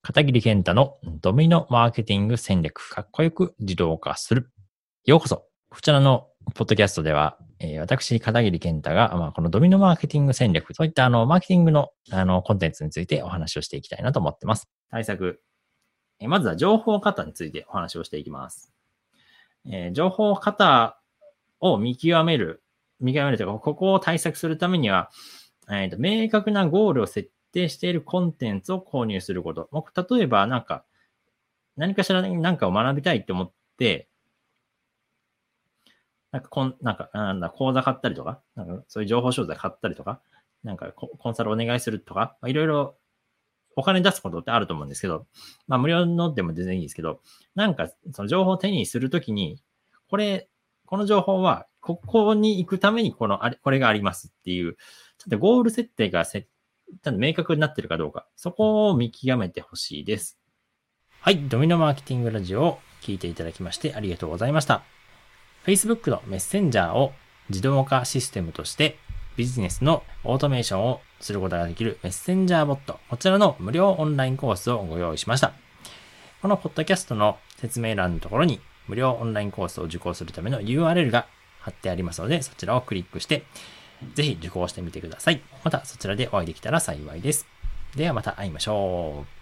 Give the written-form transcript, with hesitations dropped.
片桐健太のドミノマーケティング戦略、かっこよく自動化する。ようこそ。こちらのポッドキャストでは、私、片桐健太が、このドミノマーケティング戦略、そういったマーケティングのコンテンツについてお話をしていきたいなと思っています。対策。まずは情報型についてお話をしていきます。情報型を見極めるというか、ここを対策するためには、明確なゴールを設定しているコンテンツを購入すること。例えば、何かしら何かを学びたいって思って、講座買ったりとか、そういう情報商材買ったりとか、コンサルお願いするとか、いろいろお金出すことってあると思うんですけど、無料のでも全然いいんですけど、その情報を手にするときに、この情報は、ここに行くためにこれがありますっていう、ちょっとゴール設定がちゃんと明確になってるかどうか、そこを見極めてほしいです。はい、ドミノマーケティングラジオを聞いていただきましてありがとうございました。Facebook のメッセンジャーを自動化システムとしてビジネスのオートメーションをすることができるメッセンジャーボット、こちらの無料オンラインコースをご用意しました。このポッドキャストの説明欄のところに無料オンラインコースを受講するための URL が貼ってありますので、そちらをクリックしてぜひ受講してみてください。またそちらでお会いできたら幸いです。ではまた会いましょう。